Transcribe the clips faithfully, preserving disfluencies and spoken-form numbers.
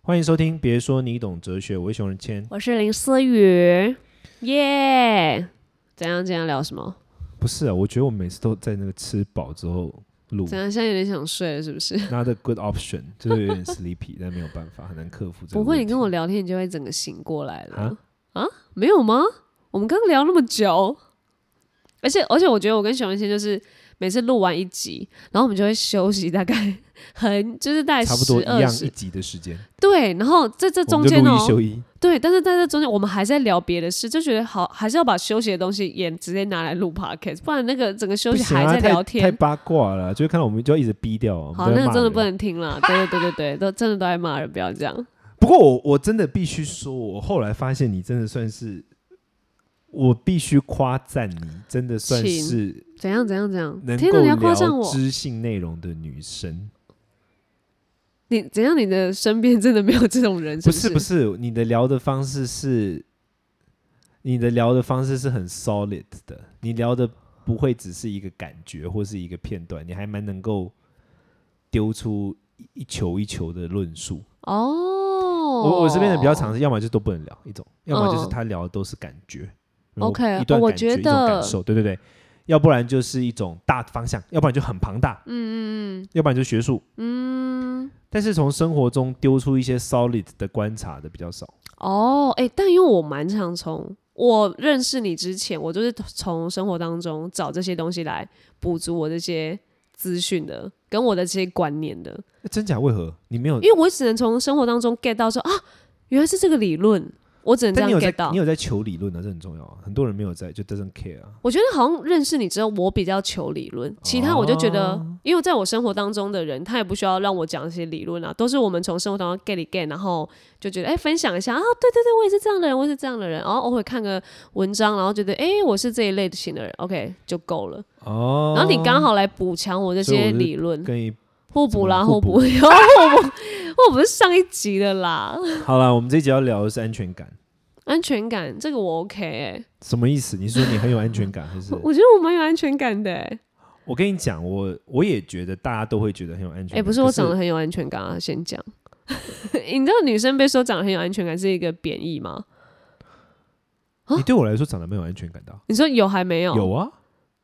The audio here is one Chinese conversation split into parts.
欢迎收听，别说你懂哲学，我是熊仁谦， 我是林思雨，耶、yeah ！怎样？今天聊什么？ 不是啊，我觉得我每次都在那个吃饱之后录， 怎样？现在有点想睡了，是不是 ？Not a good option， 就是有点 sleepy， 但没有办法，很难克服这个。 不会，你跟我聊天，你就会整个醒过来了啊？ 啊？没有吗？我们刚聊那么久，而且而且，我觉得我跟熊仁谦就是每次录完一集，然后我们就会休息，大概很就是大概差不多一样十一集的时间。 对，然后在这中间哦、 我们就录一休一。 对，但是在这中间我们还在聊别的事，就觉得好，还是要把休息的东西也直接拿来录 podcast， 不然那个整个休息还在聊天， 啊、太, 太八卦了，就会看到我们就要一直逼掉、啊。 好，那个真的不能听了。对对对对对，都真的都在骂人，不要这样。 不过我我真的必须说，我后来发现你真的算是，我必须夸赞你，真的算是怎样怎样怎样， 能天哪，你要夸赞够我聊知性内容的女生。 你怎样？你的身边真的没有这种人是不是？ 不是不是，你的聊的方式是，你的聊的方式是很 solid 的，你聊的不会只是一个感觉或是一个片段，你还蛮能够丢出一球一球的论述。 哦， 我我这边的比较常是，要么就都不能聊一种，要么就是他聊的都是感觉、嗯、 ，OK， 一段感觉、 我觉得一种感受，对对对。要不然就是一种大方向，要不然就很庞大，嗯嗯嗯，要不然就学术，嗯。但是从生活中丢出一些 solid 的观察的比较少。 哦，哎、欸，但因为我蛮常从我认识你之前，我就是从生活当中找这些东西来补足我这些资讯的，跟我的这些观念的。 真假为何你没有？ 因为我只能从生活当中 get 到说啊，原来是这个理论。我只能这样 get 到。 你有在求理论啊，这很重要啊。很多人没有在，就 doesn't care 啊。 我觉得好像认识你之后，我比较求理论，其他我就觉得，哦、因为在我生活当中的人，他也不需要让我讲这些理论啊，都是我们从生活当中 get 一 get， 然后就觉得哎、欸，分享一下啊，对对对，我也是这样的人，我也是这样的人，然后偶尔看个文章，然后觉得哎、欸，我是这一类型的人 ，OK 就够了。哦。然后你刚好来补强我这些理论， 跟你互补啦，互补，互补，互补是上一集的啦。 好啦，我们这一集要聊的是安全感。 安全感这个我 OK 哎、欸， 什么意思？你说你很有安全感还是？ 我觉得我蛮有安全感的哎、欸。 我跟你讲，我我也觉得大家都会觉得很有安全感。 哎、欸，不是我长得很有安全感啊，先讲。你知道女生被说长得很有安全感是一个贬义吗？ 你对我来说长得没有安全感的、啊。 你说有还没有？ 有啊。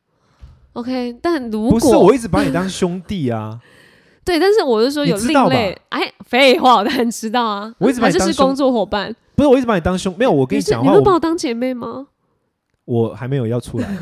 OK， 但如果不是我一直把你当兄弟啊。 对，但是我是说有另类。哎，废话，我当然知道啊。 我一直把你当兄弟， 还是是工作伙伴。 不是，我一直把你当兄，没有，我跟你讲话， 你会把我当姐妹吗？ 我还没有要出来，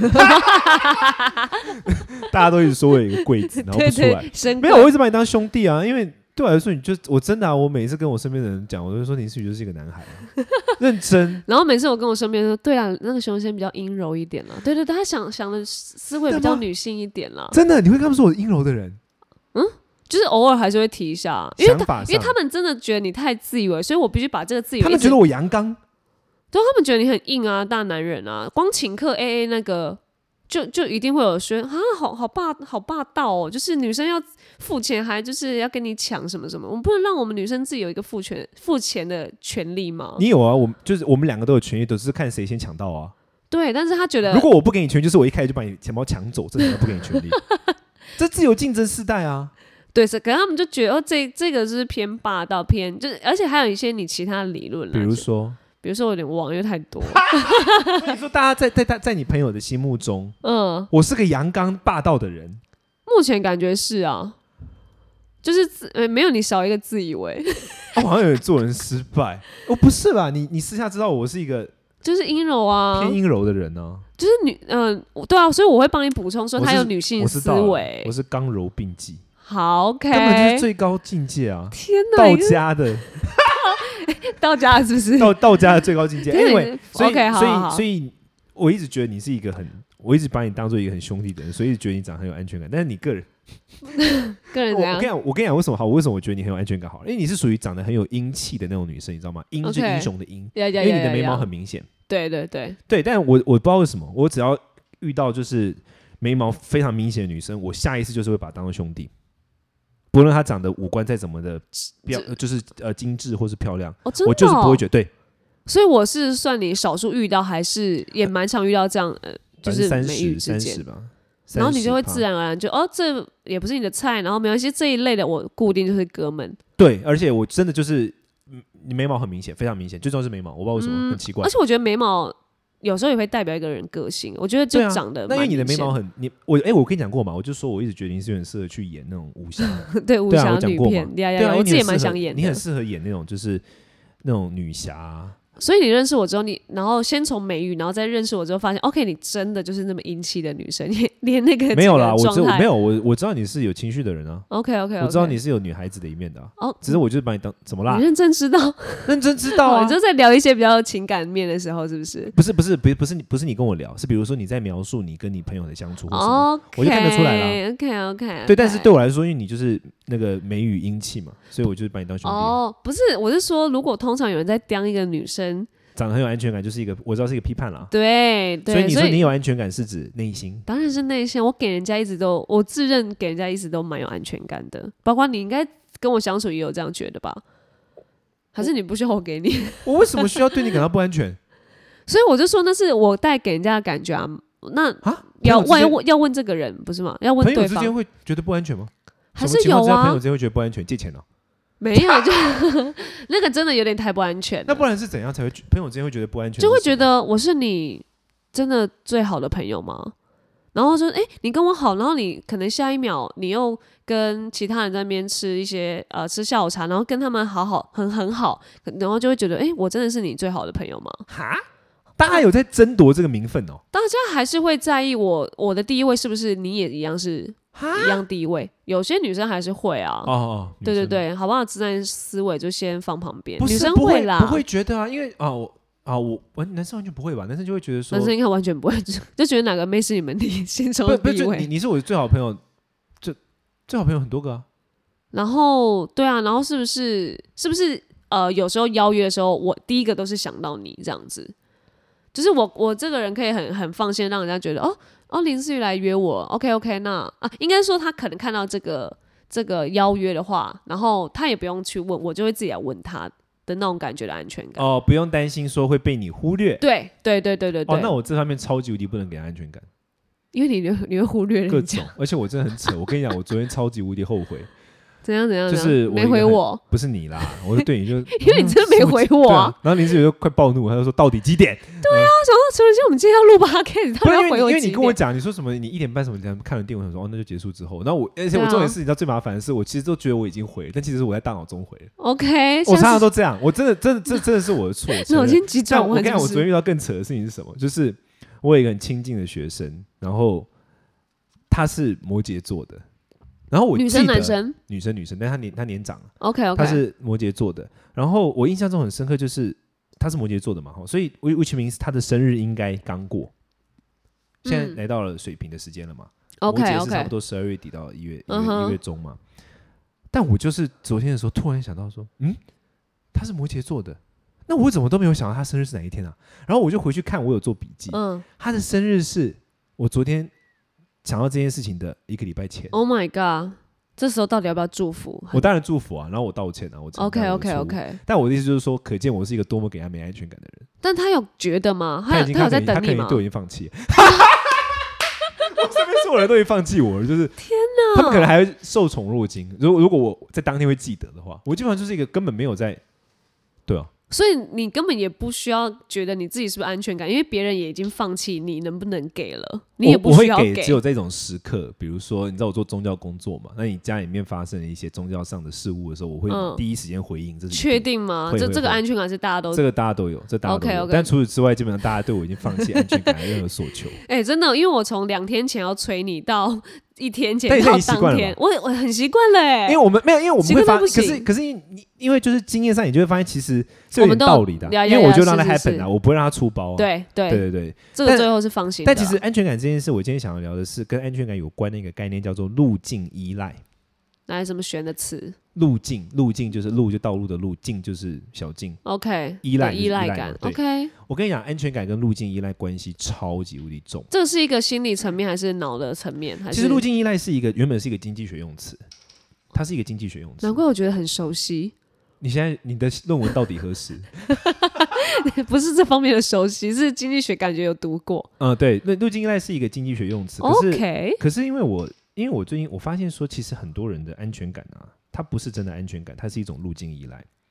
大家都一直说我有一个柜子，然后不出来。 对对， 没有，我一直把你当兄弟啊，因为对我来说，你就我真的啊，我每次跟我身边的人讲，我就说林思雨就是一个男孩、啊，认真。 然后每次我跟我身边说，对啊，那个熊先比较阴柔一点啦，对对对，他想想的思维比较女性一点啦。 真的，你会跟他们说我阴柔的人？ 嗯。就是偶尔还是会提一下，因为他因为他们真的觉得你太自以为，所以我必须把这个自以为。 他们觉得我阳刚， 对，他们觉得你很硬啊，大男人啊，光请客 A A 那个，就就一定会有说啊，好好霸好霸道哦，就是女生要付钱，还就是要跟你抢什么什么，我们不能让我们女生自己有一个付权付钱的权利吗？ 你有啊，我就是我们两个都有权利，都是看谁先抢到啊。 对，但是他觉得如果我不给你权利，就是我一开始就把你钱包抢走，这才不给你权利。这自由竞争时代啊。 对，可是他们就觉得哦，这这个是偏霸道，偏就是，而且还有一些你其他的理论， 比如说， 比如说我有点忘，因为太多。 所以说，大家在在在你朋友的心目中，嗯，我是个阳刚霸道的人。 目前感觉是啊，就是呃，没有你少一个自以为。 我好像有点做人失败。哦，不是吧？你你私下知道我是一个就是阴柔啊， 偏阴柔的人呢、啊。 就是女，嗯、呃，对啊，所以我会帮你补充说，他有女性思维。 我是刚柔并济。 好 ，OK， 根本就是最高境界啊！ 天哪， 道家的， 道家是不是？ 道道家的最高境界。因为所以 okay, 所以好好好所以，我一直觉得你是一个很，我一直把你当做一个很兄弟的人，所以一直觉得你长得很有安全感。但是你个人， 个人怎样？ 我跟你讲，我跟你讲，为什么好？为什么我觉得你很有安全感？好了，因为你是属于长得很有英气的那种女生，你知道吗？英是英雄的英， okay, 因为你的眉毛很明显。 对对对对，但我我不知道为什么，我只要遇到就是眉毛非常明显的女生，我下意识就是会把她当做兄弟。不论她长得五官再怎么的标，就是呃精致或是漂亮， 哦真的哦、 我就是不会觉得对。 所以我是算你少数遇到，还是也蛮常遇到这样，呃，就是美语之间吧。 然后你就会自然而然就哦，这也不是你的菜，然后没关系，这一类的我固定就是哥们。 对，而且我真的就是你眉毛很明显，非常明显，最重要是眉毛，我不知道为什么、嗯、很奇怪。 而且我觉得眉毛有时候也会代表一个人个性，我觉得就长得、啊、 那因为你的眉毛很你我哎、欸，我跟你讲过嘛，我就说我一直觉得林思源很适合去演那种武侠， 对武侠女片， 对啊，对啊， 我自己也蛮想演的。 你很适合演那种就是那种女侠、啊。 所以你认识我之后，你然后先从美语，然后再认识我之后，发现 OK， 你真的就是那么英气的女生，连那个没有啦，我知没有我我知道你是有情绪的人啊。 OK OK，, okay 我知道你是有女孩子的一面的、啊。哦，只是我就是把你当怎么啦？ 你认真知道， 认真知道啊。 你就在聊一些比较情感面的时候，是不是？ 不是不是不是不是你不是你跟我聊，是比如说你在描述你跟你朋友的相处或什么， okay, 我就看得出来了。 OK OK，, okay 对，但是对我来说，因为你就是那个美语英气嘛，所以我就是把你当兄弟。 哦，不是，我是说，如果通常有人在刁一个女生。 长得很有安全感，就是一个我知道是一个批判啦。 对对， 所以你说你有安全感是指内心？ 当然是内心。我给人家一直都，我自认给人家一直都蛮有安全感的，包括你应该跟我相处也有这样觉得吧？还是你不需要我给你？ 我为什么需要对你感到不安全？ 所以我就说那是我带给人家的感觉啊。那啊， 要问要问要问这个人不是吗？要问对方。 朋友之间会觉得不安全吗？ 还是有啊？ 朋友之间会觉得不安全，借钱哦。 没有，就那个真的有点太不安全了。 那不然是怎样才会朋友之间会觉得不安全？ 就会觉得我是你真的最好的朋友吗？然后说，哎、欸，你跟我好，然后你可能下一秒你又跟其他人在那边吃一些呃吃下午茶，然后跟他们好好很很好，然后就会觉得，哎、欸，我真的是你最好的朋友吗？ 哈，大家有在争夺这个名分哦。 大家还是会在意我我的第一位是不是你也一样是？一样地位，有些女生还是会啊。 哦哦， 对对对，好不好？直男思维就先放旁边。 女生会啦， 不会觉得啊？因为啊，我啊，我男生完全不会吧？男生就会觉得说， 男生应该完全不会，就觉得哪个妹是你们的心中的地位。 你你是我的最好朋友，最最好朋友很多个啊。 然后对啊，然后是不是是不是呃，有时候邀约的时候，我第一个都是想到你这样子，就是我我这个人可以很很放心，让人家觉得哦。哦，林思雨来约我 ，OK OK， 那啊，应该说他可能看到这个这个邀约的话，然后他也不用去问，我就会自己来问他的那种感觉的安全感。 哦，不用担心说会被你忽略。 对对对对对对。 哦，那我这方面超级无敌不能给他安全感， 因为你你会忽略人家各种，而且我真的很扯。我跟你讲，我昨天超级无敌后悔。 怎样怎样？ 就是没回我， 不是你啦，我就对你就因为你真的没回我、啊啊。然后林思雨就快暴怒，他就说到底几点？ 对啊，想说陈文熙，我们今天要录 podcast， 他要回我几点？ 因为你跟我讲，你说什么？你一点半什么？你看了电影，我说哦，那就结束之后。然后我，而且我重点是，你知道最麻烦的是，我其实都觉得我已经回了，但其实是我在大脑中回了。 OK， 我常常都这样，我真的，真的，这真的是我的错。 脑筋急转弯。 我跟你讲，我昨天遇到更扯的事情是什么？就是我有一个很亲近的学生，然后他是摩羯座的。然后我记得女生男生女生女生，但他年他年长 ，OK OK， 他是摩羯座的。然后我印象中很深刻，就是他是摩羯座的嘛，所以 which means 他的生日应该刚过，现在来到了水瓶的时间了嘛。 OK OK， 摩羯是差不多十二月底到一月一月一月中嘛。但我就是昨天的时候突然想到说，嗯，他是摩羯座的，那我怎么都没有想到他生日是哪一天啊？然后我就回去看，我有做笔记，嗯，他的生日是我昨天想到这件事情的一个礼拜前。 Oh my god， 这时候到底要不要祝福？ 我当然祝福啊，然后我道歉啊，我 OK OK OK， 但我的意思就是说，可见我是一个多么给他没安全感的人。 但他有觉得吗？他有, 他, 他有在等你吗？ 他可能对我已经放弃了我身边所有人都已经放弃我了，就是天哪， 他们可能还会受宠若惊。如果如果我在当天会记得的话，我基本上就是一个根本没有在，对啊。 所以你根本也不需要觉得你自己是不是安全感，因为别人也已经放弃你能不能给了，你也不需要给, 我给。 会给只有这种时刻，比如说你知道我做宗教工作嘛，那你家里面发生了一些宗教上的事物的时候，我会第一时间回应。这是确定吗？这这个安全感是大家都这个大家都有，这大家都有。Okay, okay. 但除此之外，基本上大家对我已经放弃安全感的任何所求。 哎、欸，真的，因为我从两天前要催你到一天前到当天，我我很习惯了哎、欸， 因为我们没有，因为我们会发，可是可是你因为就是经验上，你就会发现其实是有点道理的、啊，因为我就让他 happen 啊，我不会让他出包啊。 对对对对对， 这个最后是放心的、 但。但其实安全感这件事，我今天想要聊的是跟安全感有关的一个概念，叫做路径依赖。 哪来什么玄的词？ 路径，路径就是路就道路的路，径就是小径。 OK， 依赖依赖感。OK， 我跟你讲，安全感跟路径依赖关系超级无敌重。 这是一个心理层面还是脑的层面？还是其实路径依赖是一个原本是一个经济学用词，它是一个经济学用词。 难怪我觉得很熟悉。 你现在你的论文到底何时？ 不是这方面的熟悉，是经济学感觉有读过。 嗯，对，路径依赖是一个经济学用词。可是 OK， 可是因为我因为我最近我发现说，其实很多人的安全感啊，它不是真的安全感，它是一种路径依赖。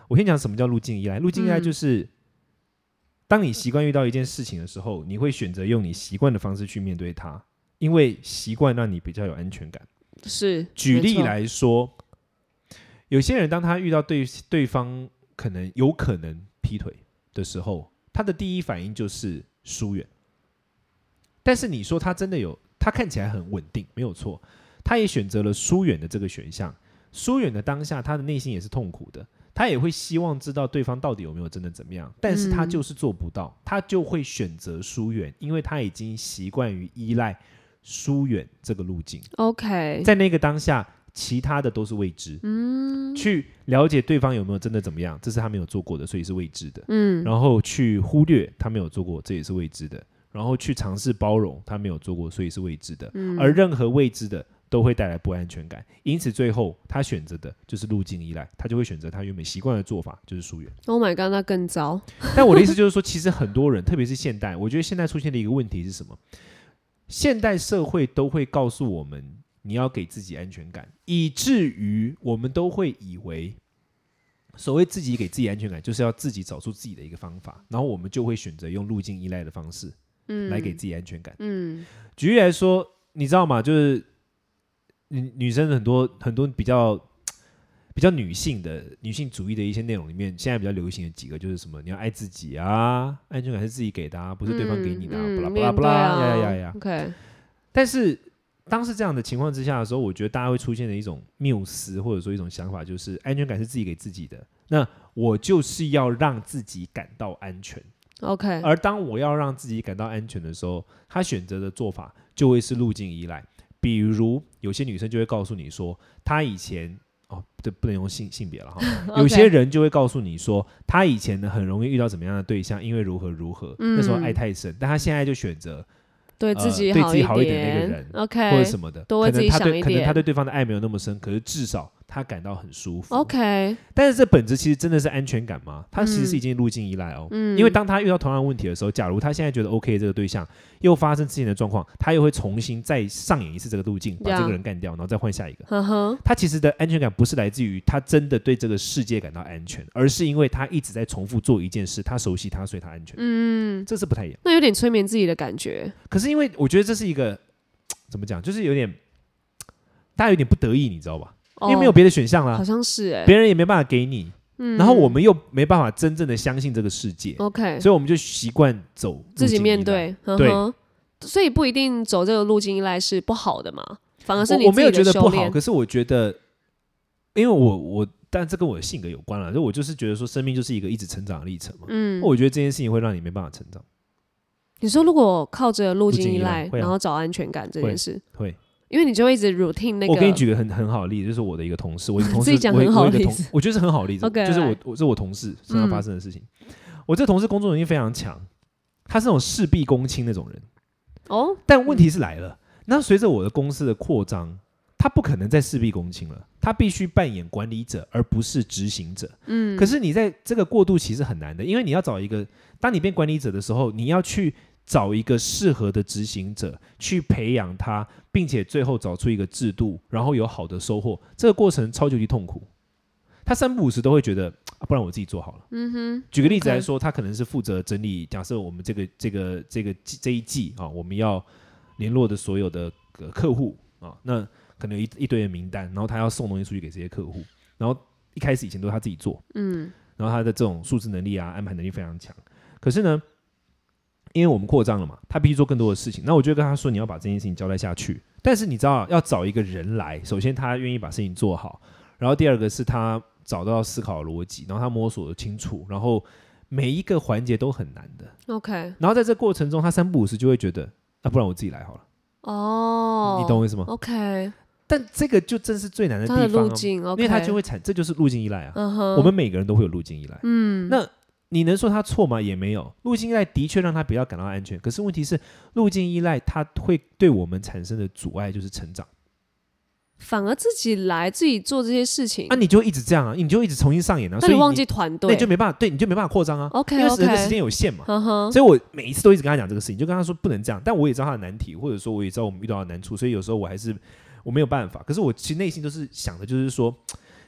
我先讲什么叫路径依赖。路径依赖就是、嗯、当你习惯遇到一件事情的时候，你会选择用你习惯的方式去面对它，因为习惯让你比较有安全感。 是， 举例来说，有些人当他遇到 对, 对方可能有可能劈腿的时候，他的第一反应就是疏远。但是你说他真的有，他看起来很稳定，没有错，他也选择了疏远的这个选项。疏远的当下，他的内心也是痛苦的，他也会希望知道对方到底有没有真的怎么样，但是他就是做不到、嗯、他就会选择疏远，因为他已经习惯于依赖疏远这个路径。 OK， 在那个当下其他的都是未知、嗯、去了解对方有没有真的怎么样，这是他没有做过的，所以是未知的、嗯、然后去忽略他没有做过，这也是未知的，然后去尝试包容他没有做过，所以是未知的、嗯、而任何未知的都会带来不安全感，因此最后他选择的就是路径依赖，他就会选择他原本习惯的做法，就是疏远。 Oh my god， 那更糟。 但我的意思就是说，其实很多人特别是现代，我觉得现代出现的一个问题是什么，现代社会都会告诉我们你要给自己安全感，以至于我们都会以为所谓自己给自己安全感就是要自己找出自己的一个方法，然后我们就会选择用路径依赖的方式来给自己安全感、嗯、举例来说，你知道吗，就是女生很多很多比较比较女性的女性主义的一些内容里面，现在比较流行的几个就是什么，你要爱自己啊，安全感是自己给的啊，不是对方给你的啊，巴拉巴拉巴拉呀呀呀。OK， 但是当是这样的情况之下的时候，我觉得大家会出现的一种谬思，或者说一种想法，就是安全感是自己给自己的，那我就是要让自己感到安全。OK， 而当我要让自己感到安全的时候，他选择的做法就会是路径依赖。比如有些女生就会告诉你说，她以前哦，对，不能用 性, 性别了哈。okay. 有些人就会告诉你说，她以前呢很容易遇到怎么样的对象，因为如何如何，嗯、那时候爱太深，但她现在就选择对自己好一点、呃、对自己好一点的那个人 ，OK， 或者什么的， 多为自己想一点， 可能他对对方的爱没有那么深，可是至少他感到很舒服。 OK， 但是这本质其实真的是安全感吗？他其实是已经路径依赖哦、嗯。因为当他遇到同样的问题的时候，假如他现在觉得 OK 这个对象又发生之前的状况，他又会重新再上演一次这个路径，把这个人干掉，然后再换下一个。Uh-huh. 他其实的安全感不是来自于他真的对这个世界感到安全，而是因为他一直在重复做一件事，他熟悉他，所以他安全。嗯，这是不太一样。 那有点催眠自己的感觉。 可是因为我觉得这是一个怎么讲，就是有点大家有点不得已，你知道吧？因为没有别的选项啦， 好像是哎、欸， 别人也没办法给你、嗯，然后我们又没办法真正的相信这个世界 ，OK， 所以我们就习惯走自己面对， 对， 所以不一定走这个路径依赖是不好的嘛，反而是你自己的修炼。 我没有觉得不好，可是我觉得，因为我我，但这跟我的性格有关了，就我就是觉得说，生命就是一个一直成长的历程嘛，嗯，我觉得这件事情会让你没办法成长。 你说如果靠着路径依赖，然后找安全感这件事， 会。会因为你就会一直 routine 那个。 我给你举个很很好的例子，就是我的一个同事，我一个同事自己讲很好的例子， 我, 我觉得是很好的例子， okay, 就是我我是我同事身上发生的事情。嗯、我这个同事工作能力非常强，他是那种事必躬亲那种人。哦，但问题是来了，那随着我的公司的扩张，他不可能再事必躬亲了，他必须扮演管理者，而不是执行者。嗯，可是你在这个过渡期是很难的，因为你要找一个，当你变管理者的时候，你要去找一个适合的执行者去培养他，并且最后找出一个制度，然后有好的收获，这个过程超级痛苦。他三不五时都会觉得、啊、不然我自己做好了。嗯哼，举个例子来说， okay. 他可能是负责整理，假设我们这个这个这个这一季啊，我们要联络的所有的客户啊，那可能有 一, 一堆的名单，然后他要送东西出去给这些客户，然后一开始以前都是他自己做，嗯，然后他的这种数字能力啊、安排能力非常强，可是呢，因为我们扩张了嘛，他必须做更多的事情。那我就跟他说，你要把这件事情交代下去。但是你知道，要找一个人来，首先他愿意把事情做好，然后第二个是他找到思考逻辑，然后他摸索的清楚，然后每一个环节都很难的。OK。然后在这过程中，他三不五时就会觉得，啊，不然我自己来好了。哦，你懂我意思吗 ？OK。 但这个就正是最难的地方、啊， 路径 okay. 因为他就会产，这就是路径依赖啊。Uh-huh. 我们每个人都会有路径依赖。嗯。那你能说他错吗？也没有。路径依赖的确让他比较感到安全，可是问题是，路径依赖它会对我们产生的阻碍就是成长。 反而自己来自己做这些事情， 那、啊、你就一直这样啊，你就一直重新上演啊。 那你忘记团队， 那你就没办法，对，你就没办法扩张啊。OK， 因为人的时间有限嘛。 Uh-huh. 所以我每一次都一直跟他讲这个事情，就跟他说不能这样。但我也知道他的难题，或者说我也知道我们遇到的难处，所以有时候我还是我没有办法。可是我其实内心都是想的，就是说。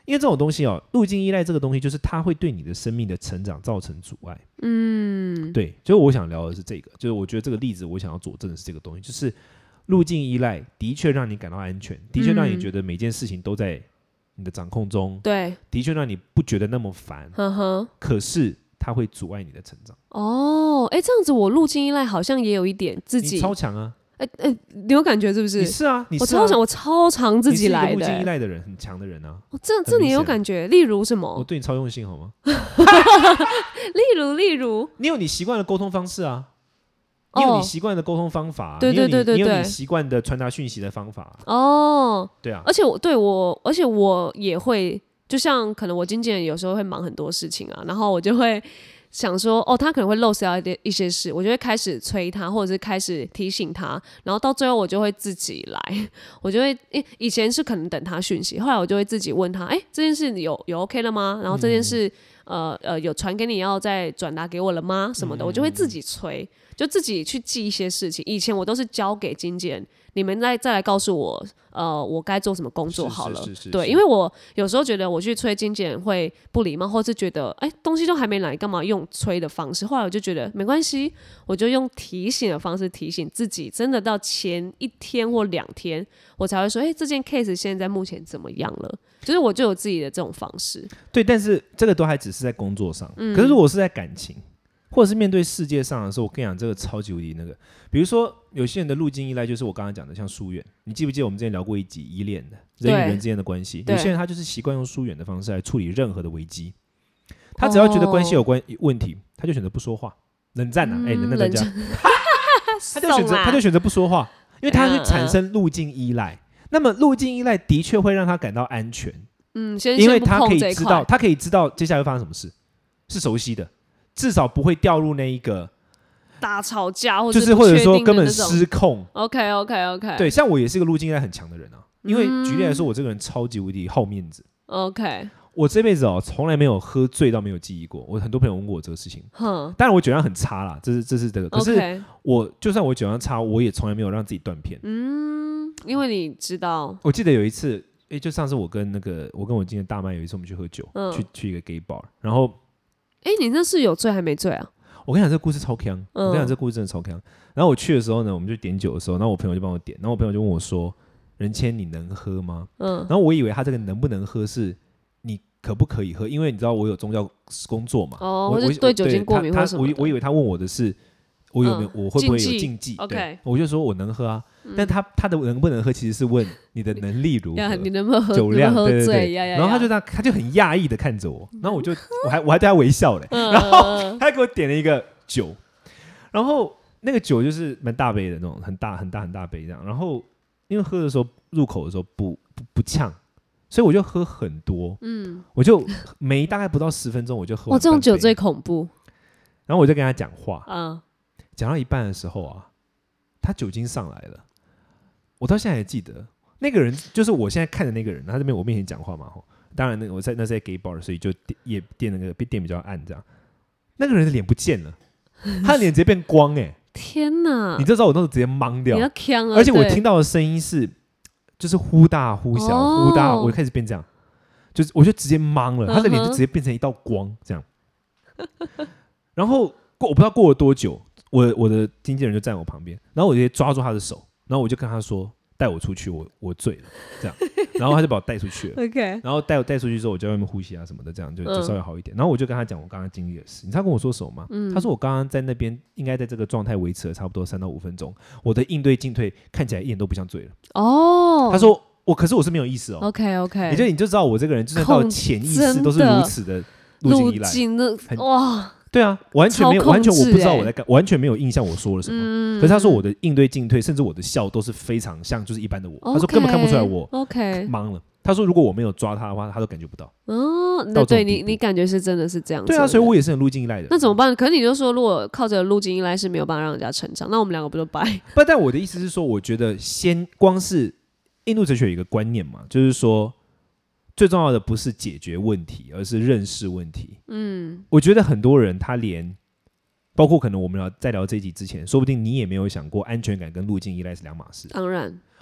因为这种东西哦，路径依赖这个东西，就是它会对你的生命的成长造成阻碍。嗯，对，就是我想聊的是这个，就是我觉得这个例子我想要佐证的是这个东西，就是路径依赖的确让你感到安全，的确让你觉得每件事情都在你的掌控中， 对， 的确让你不觉得那么烦， 呵呵， 可是它会阻碍你的成长。 哦，哎，这样子我路径依赖好像也有一点自己你超强啊！ 哎哎，你有感觉是不是？ 你是啊，你是啊， 我超想，我超常自己来的、欸。 你是一个路径依赖的人，很强的人啊。 哦、这这你有感觉？例如什么？ 我对你超用心，好吗？ 例如，例如， 你有你习惯的沟通方式啊，你有你习惯的沟通方法、啊， 对对对对对， 你有你习惯的传达讯息的方法、啊。 哦， 对啊， 而且我对我，而且我也会，就像可能我经纪人有时候会忙很多事情啊，然后我就会。想说哦，他可能会漏掉一些事，我就会开始催他，或者是开始提醒他，然后到最后我就会自己来，我就会以前是可能等他讯息，后来我就会自己问他，哎，这件事有有 OK 了吗？然后这件事、嗯、呃呃有传给你要再转达给我了吗？什么的，我就会自己催，就自己去记一些事情。以前我都是交给经纪人，你们再再来告诉我，呃，我该做什么工作好了。 是是是是对，因为我有时候觉得我去催经纪人会不礼貌，或是觉得哎东西都还没来，干嘛用催的方式？后来我就觉得没关系，我就用提醒的方式提醒自己，真的到前一天或两天，我才会说，哎，这件 case 现在目前怎么样了？就是我就有自己的这种方式。 对，但是这个都还只是在工作上，嗯、可是如果是在感情。或者是面对世界上的时候，我跟你讲，这个超级无敌那个。比如说，有些人的路径依赖就是我刚刚讲的，像疏远。你记不记得我们之前聊过一集依恋的人与人之间的关系？有些人他就是习惯用疏远的方式来处理任何的危机。他只要觉得关系有关问题，他就选择不说话，冷战啊！哎、嗯，冷战大家，他就选择他就选择不说话，因为他会产生路径依赖。那么路径依赖的确会让他感到安全， 嗯，先因为他可以知道，他可以知道接下来会发生什么事，是熟悉的。至少不会掉入那一个大吵架，或者就是或者说根本失控。 OK OK OK， 对，像我也是一个路径依赖很强的人啊。因为举例来说，我这个人超级无敌好面子。 OK， 我这辈子哦从来没有喝醉到没有记忆过。我很多朋友问过我这个事情，当然我酒量很差啦，这是这是这个。可是我就算我酒量差，我也从来没有让自己断片。 嗯，因为你知道， 我记得有一次，哎，就上次我跟那个我跟我今天大麦有一次我们去喝酒，嗯、去去一个 gay bar， 然后。 哎，你那是有醉还没醉啊？ 我跟你讲，这个故事超强。嗯、我跟你讲，这个故事真的超强。然后我去的时候呢，我们就点酒的时候，然后我朋友就帮我点，然后我朋友就问我说：“仁谦，你能喝吗？”嗯。然后我以为他这个能不能喝是你可不可以喝，因为你知道我有宗教工作嘛。 哦，我是对酒精过敏或什么的。 我我以为他问我的是我有没有、嗯、我会不会有禁忌 ？OK， 我就说我能喝啊。嗯、但他他的能不能喝其实是问你的能力如何， 你能不能喝酒量， 喝对对对。 呀呀呀然后他就他他就很讶异的看着我，然后我就我还我还对他微笑嘞。嗯、然后他给我点了一个酒，然后那个酒就是蛮大杯的那种，很大很大很大杯这样。然后因为喝的时候入口的时候不不不呛，所以我就喝很多。嗯，我就没大概不到十分钟我就喝完。 哇，这种酒最恐怖。 然后我就跟他讲话， 嗯， 讲到一半的时候啊，他酒精上来了。我到现在还记得那个人，就是我现在看的那个人，他在我面前讲话嘛。当然，那个我在那是在 gay bar， 所以就也店那个店比较暗，这样。那个人的脸不见了，他的脸直接变光哎、欸！ 天哪！ 你就知道我那时候直接懵掉， 你要呛啊！ 而且我听到的声音是，就是忽大忽小，哦、忽大，我就开始变这样，就是我就直接懵了，他的脸就直接变成一道光这样。然后过我不知道过了多久，我我的经纪人就站我旁边，然后我就直接抓住他的手。然后我就跟他说：“带我出去，我我醉了。”这样，然后他就把我带出去了。 OK， 然后带我带出去之后，我就在外面呼吸啊什么的，这样就就稍微好一点。嗯、然后我就跟他讲我刚刚经历的事，你知道他跟我说什么吗？嗯、他说我刚刚在那边应该在这个状态维持了差不多三到五分钟，我的应对进退看起来一点都不像醉了。哦，他说我可是我是没有意识哦。 OK OK， 也就你就知道我这个人就算到潜意识都是如此的路径依赖， 路径的哇。 对啊，完全没有，完全我不知道我在干，完全没有印象我说了什么。嗯、可是他说我的应对进退，甚至我的笑都是非常像就是一般的我。 Okay, 他说根本看不出来我 OK 忙了。他说如果我没有抓他的话，他都感觉不到。 哦，那对你你感觉是真的是这样子。 对啊，所以我也是很路径依赖的。 那怎么办？可是你就说如果靠着路径依赖是没有办法让人家成长，那我们两个不就掰？ 不，但我的意思是说，我觉得先光是印度哲学有一个观念嘛，就是说。最重要的不是解决问题，而是认识问题。嗯，我觉得很多人他连，包括可能我们聊在聊这一集之前，说不定你也没有想过安全感跟路径依赖是两码事。 当然，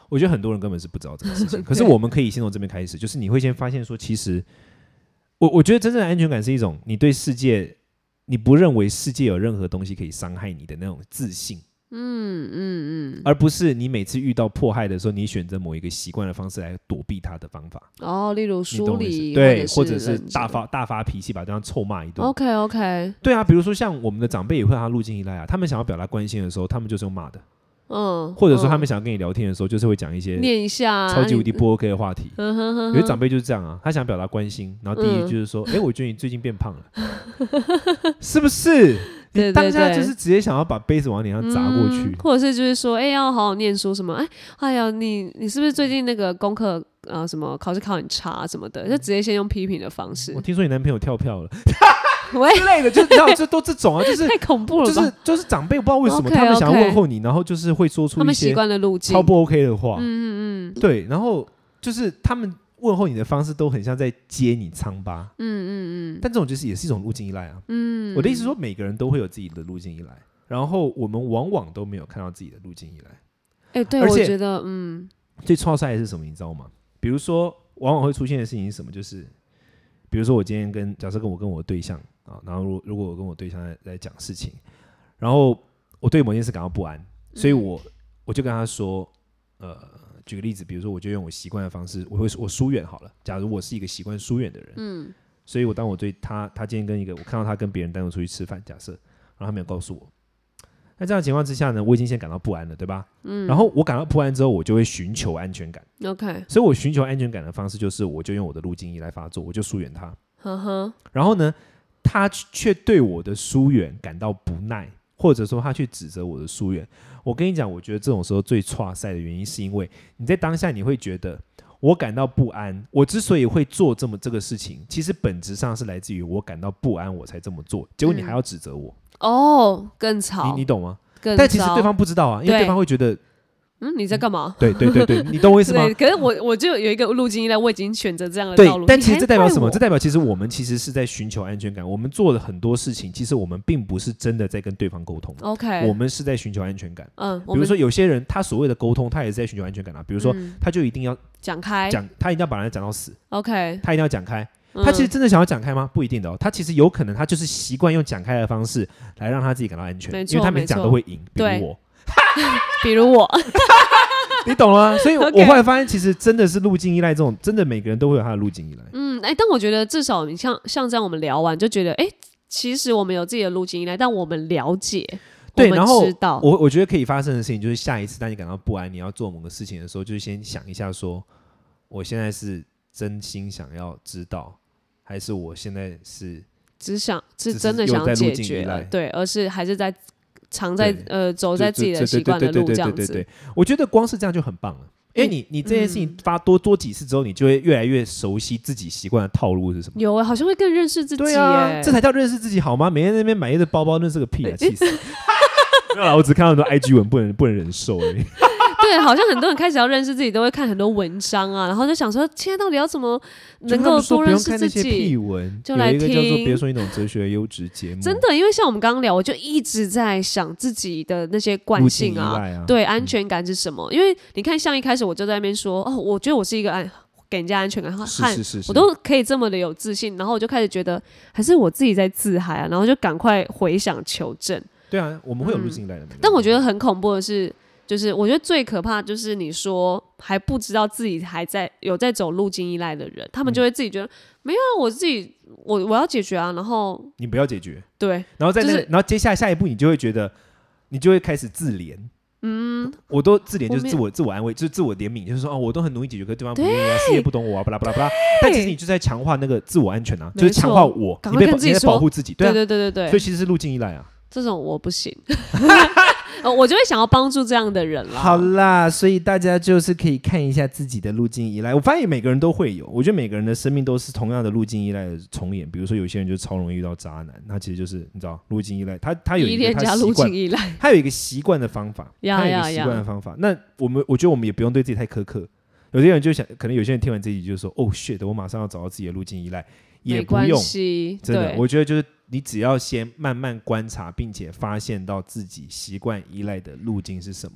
我觉得很多人根本是不知道这个事情，可是我们可以先从这边开始，就是你会先发现说，其实我我觉得真正的安全感是一种你对世界，你不认为世界有任何东西可以伤害你的那种自信。嗯嗯嗯，而不是你每次遇到迫害的时候，你选择某一个习惯的方式来躲避它的方法。 哦，例如疏离， 对，或者是大发大发脾气，把对方臭骂一顿。 OK OK， 对啊，比如说像我们的长辈也会让他路径依赖啊，他们想要表达关心的时候，他们就是用骂的。嗯，或者说他们想要跟你聊天的时候，就是会讲一些念一下超级无敌不 OK 的话题。有些长辈就是这样啊，他想表达关心，然后第一就是说，哎、嗯欸，我觉得你最近变胖了，是不是？你当下就是直接想要把杯子往脸上砸过去， 嗯、或者是就是说，哎、欸，要好好念书什么？哎，哎呀，你你是不是最近那个功课呃什么考试考很差什么的？就直接先用批评的方式。 我听说你男朋友跳票了。之类的，就是你知道，这都这种啊，就是太恐怖了吧， 就是就是长辈不知道为什么 okay, 他们想要 okay, 问候你，然后就是会说出一些他们习惯的路径， 超不 OK 的话， 嗯嗯嗯， 对，然后就是他们问候你的方式都很像在揭你疮疤，嗯嗯嗯，但这种就是也是一种路径依赖啊，嗯，我的意思是说每个人都会有自己的路径依赖，然后我们往往都没有看到自己的路径依赖， 哎、欸，对，我觉得嗯， 最挫赛的是什么，你知道吗？比如说往往会出现的事情是什么，就是比如说我今天跟假设跟我跟我的对象啊，然后如果如果我跟我对象在在讲事情，然后我对某件事感到不安，所以我、嗯、我就跟他说，呃，举个例子，比如说我就用我习惯的方式，我会我疏远好了。假如我是一个习惯疏远的人，嗯，所以我当我对他他今天跟一个我看到他跟别人单独出去吃饭，假设，然后他没有告诉我，那这样的情况之下呢，我已经先感到不安了，对吧？嗯，然后我感到不安之后，我就会寻求安全感。 OK， 所以我寻求安全感的方式就是，我就用我的路径依赖发作，我就疏远他。 呵呵， 然后呢，他却对我的疏远感到不耐，或者说他去指责我的疏远。我跟你讲，我觉得这种时候最挫赛的原因，是因为你在当下你会觉得我感到不安，我之所以会做这么这个事情，其实本质上是来自于我感到不安，我才这么做。结果你还要指责我， 嗯、哦，更吵， 你你懂吗？但其实对方不知道啊，因为对方会觉得。 嗯，你在干嘛？ 对对对对，你懂我意思吗？ 对，可是我我就有一个路径依赖，我已经选择这样的道路。 对，但其实这代表什么？这代表其实我们其实是在寻求安全感。我们做了很多事情，其实我们并不是真的在跟对方沟通。 OK， 我们是在寻求安全感。 嗯， 比如说有些人他所谓的沟通，他也是在寻求安全感啊。比如说，嗯、他就一定要讲开， 讲他一定要把人讲到死。 OK， 他一定要讲开。他其实真的想要讲开吗？不一定的哦。他其实有可能他就是习惯用讲开的方式来让他自己感到安全，因为他每讲都会赢。比如我， 比如我。 你懂了吗？所以我后来发现，其实真的是路径依赖这种，真的每个人都会有他的路径依赖。 嗯，哎、欸，但我觉得至少你像像这样，我们聊完就觉得，哎、欸，其实我们有自己的路径依赖，但我们了解， 对， 我们知道。 然后我我觉得可以发生的事情，就是下一次当你感到不安，你要做某个事情的时候，就是先想一下说，我现在是真心想要知道，还是我现在是只想是真的想要解决了，对，而是还是在。常在呃走在自己的习惯的路这样子，对对对对对对， 我觉得光是这样就很棒了，因为你你这件事情发多多几次之后，你就会越来越熟悉自己习惯的套路是什么。 有，好像会更认识自己。 对啊，这才叫认识自己好吗？每天在那边买一个包包，认识个屁啊！气死！没有啦，我只看到很多 I G 文，不能不能忍受而已。 对，好像很多人开始要认识自己，都会看很多文章啊，然后就想说，现在到底要怎么能够多认识自己？ 屁文就来听， 有一个叫做别说你懂哲学的优质节目。 真的，因为像我们刚刚聊，我就一直在想自己的那些惯性啊， 啊对，安全感是什么？嗯、因为你看，像一开始我就在那边说，哦，我觉得我是一个安。给人家安全感， 是是是是我都可以这么的有自信，然后我就开始觉得还是我自己在自嗨啊，然后就赶快回想求证。 对啊，我们会有路径依赖的、嗯， 但我觉得很恐怖的是，就是我觉得最可怕就是你说还不知道自己还在有在走路径依赖的人，他们就会自己觉得、嗯、没有啊，我自己我我要解决啊，然后你不要解决， 对， 然后在那个、 就是、 然后接下来下一步你就会觉得你就会开始自怜。嗯，我都自怜就是自我自我安慰，就是自我怜悯，就是说哦，我都很努力解决，可是对方不愿意啊，世界不懂我啊，巴拉巴拉巴拉。但其实你就在强化那个自我安全啊，就是强化我，你被你在保护自己，对、啊、 对对对对对， 所以其实是路径依赖啊。 这种我不行。我就会想要帮助这样的人啦。 好啦，所以大家就是可以看一下自己的路径依赖。我发现每个人都会有，我觉得每个人的生命都是同样的路径依赖的重演。比如说有些人就超容易遇到渣男，他其实就是你知道路径依赖，他他有一个他习惯，他有一个习惯的方法，他有一个习惯的方法。那我们我觉得我们也不用对自己太苛刻。有些人就想，可能有些人听完这一集就说：“哦 shit， 我马上要找到自己的路径依赖。”也不用，真的，我觉得就是你只要先慢慢观察，并且发现到自己习惯依赖的路径是什么，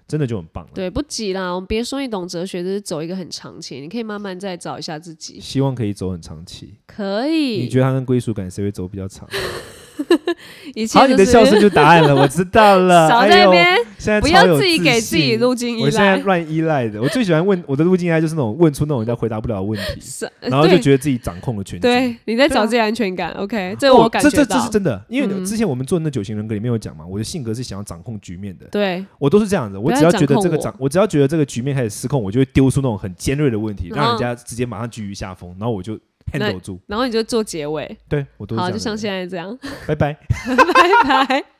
真的就很棒了。 对，不急啦，我们别说你懂哲学，就是走一个很长期，你可以慢慢再找一下自己。 希望可以走很长期。 可以。 你觉得它跟归属感谁会走比较长？ 一切、就是、 好，你的笑声就答案了，我知道了。 少在那边、哎， 现在不要自己给自己路径依赖。 我现在乱依赖的，我最喜欢问我的路径依赖，就是那种问出那种人家回答不了的问题，然后就觉得自己掌控了全局。 对，你在找自己安全感。啊、OK， 这我感觉到、哦、 这这这是真的，因为之前我们做的那九型人格里面有讲嘛，我的性格是想要掌控局面的。 对， 我都是这样子，我只要觉得这个掌，我只要觉得这个局面开始失控，我就会丢出那种很尖锐的问题，让人家直接马上居于下风，然后我就handle 住， 然后你就做结尾。 对，我都是这样。 好，就像现在这样。 拜拜， 拜拜。